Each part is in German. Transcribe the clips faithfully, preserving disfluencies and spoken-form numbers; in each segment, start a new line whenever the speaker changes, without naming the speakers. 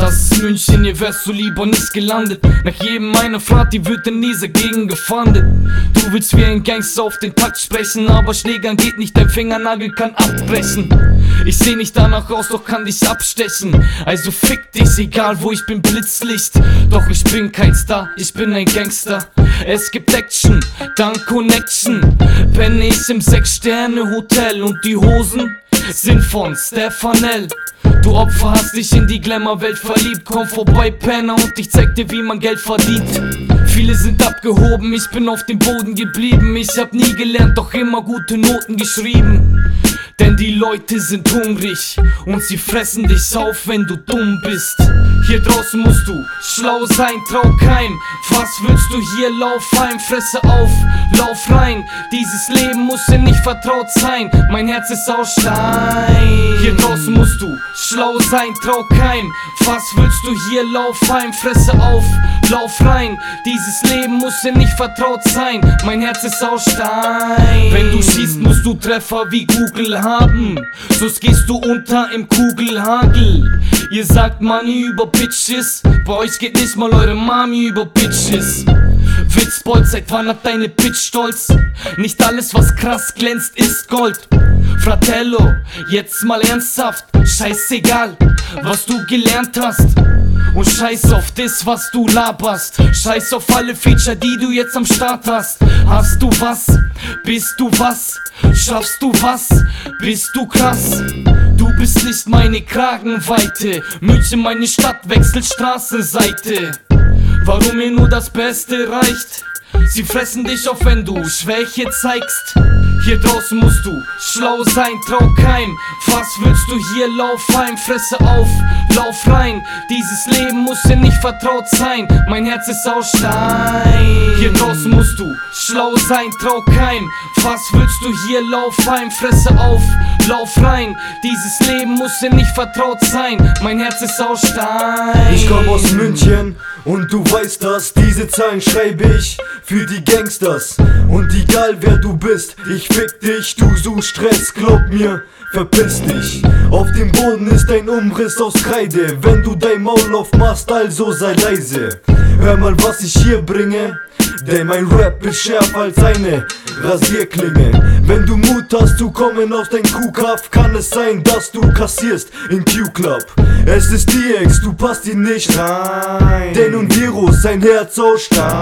das ist München, hier wärst du lieber nicht gelandet. Nach jedem meiner Fahrt, die wird in dieser Gegend gefahndet. Du willst wie ein Gangster auf den Takt sprechen, aber Schlägern geht nicht, dein Fingernagel kann abbrechen. Ich seh nicht danach aus, doch kann dich abstechen. Also fick dich, egal wo ich bin, Blitzlicht. Doch ich bin kein Star, ich bin ein Gangster. Es gibt Action, dann Connection. Penne ich im Sechs-Sterne-Hotel und die Hosen sind von Stefanel. Du Opfer, hast dich in die Glamour-Welt verliebt. Komm vorbei, Penner, und ich zeig dir, wie man Geld verdient. Viele sind abgehoben, ich bin auf dem Boden geblieben. Ich hab nie gelernt, doch immer gute Noten geschrieben. Denn die Leute sind hungrig und sie fressen dich auf, wenn du dumm bist. Hier draußen musst du schlau sein, trau keinem. Was willst du hier? Lauf heim, fresse auf, lauf rein. Dieses Leben muss dir nicht vertraut sein, mein Herz ist aus Stein. Hier draußen musst du schlau sein, trau keinem. Was willst du hier? Lauf heim, fresse auf, lauf rein. Dieses Leben muss dir nicht vertraut sein, mein Herz ist aus Stein. Wenn du schießt, musst du Treffer wie Google haben, sonst gehst du unter im Kugelhagel. Ihr sagt Money über Bitches, bei euch geht nicht mal eure Mami über Bitches. Witzbold, seit wann hat deine Bitch Stolz? Nicht alles, was krass glänzt, ist Gold. Fratello, jetzt mal ernsthaft, scheißegal, was du gelernt hast. Und scheiß auf das, was du laberst. Scheiß auf alle Feature, die du jetzt am Start hast. Hast du was? Bist du was? Schaffst du was? Bist du krass? Du bist nicht meine Kragenweite. München, meine Stadt, wechselt Straßenseite. Warum mir nur das Beste reicht? Sie fressen dich auf, wenn du Schwäche zeigst. Hier draußen musst du schlau sein, trau keinem. Was willst du hier? Lauf heim, fresse auf, lauf rein. Dieses Leben muss dir nicht vertraut sein, mein Herz ist aus Stein. Hier draußen musst du schlau sein, trau keinem. Was willst du hier? Lauf heim, fresse auf, lauf rein. Dieses Leben muss dir nicht vertraut sein, mein Herz ist aus Stein.
Ich komm aus München und du weißt das, diese Zeilen schreibe ich für die Gangsters. Und egal wer du bist, ich fick dich, du suchst Stress, glaub mir, verpiss dich. Auf dem Boden ist ein Umriss aus Kreide, wenn du dein Maul aufmachst, also sei leise. Hör mal, was ich hier bringe, denn mein Rap ist schärfer als eine Rasierklinge. Wenn du Mut hast zu kommen aus dein Kuhkaff, kann es sein, dass du kassierst in Q-Club. Es ist D X, du passt hier nicht rein, denn ein Virus, sein Herz aus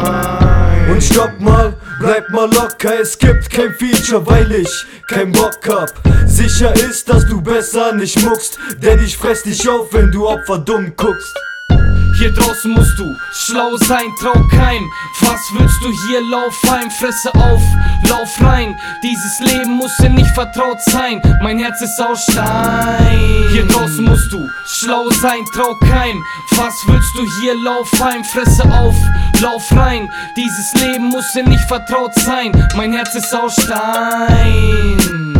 Stein. Und stopp mal, bleib mal locker, es gibt kein Feature, weil ich kein Bock hab. Sicher ist, dass du besser nicht muckst, denn ich fress dich auf, wenn du Opfer dumm guckst.
Hier draußen musst du schlau sein, trau keinem. Was willst du hier? Lauf heim, fresse auf, lauf rein. Dieses Leben muss dir nicht vertraut sein, mein Herz ist aus Stein. Hier draußen musst du schlau sein, trau keinem. Was willst du hier? Lauf heim, fresse auf, lauf rein. Dieses Leben muss dir nicht vertraut sein, mein Herz ist aus Stein.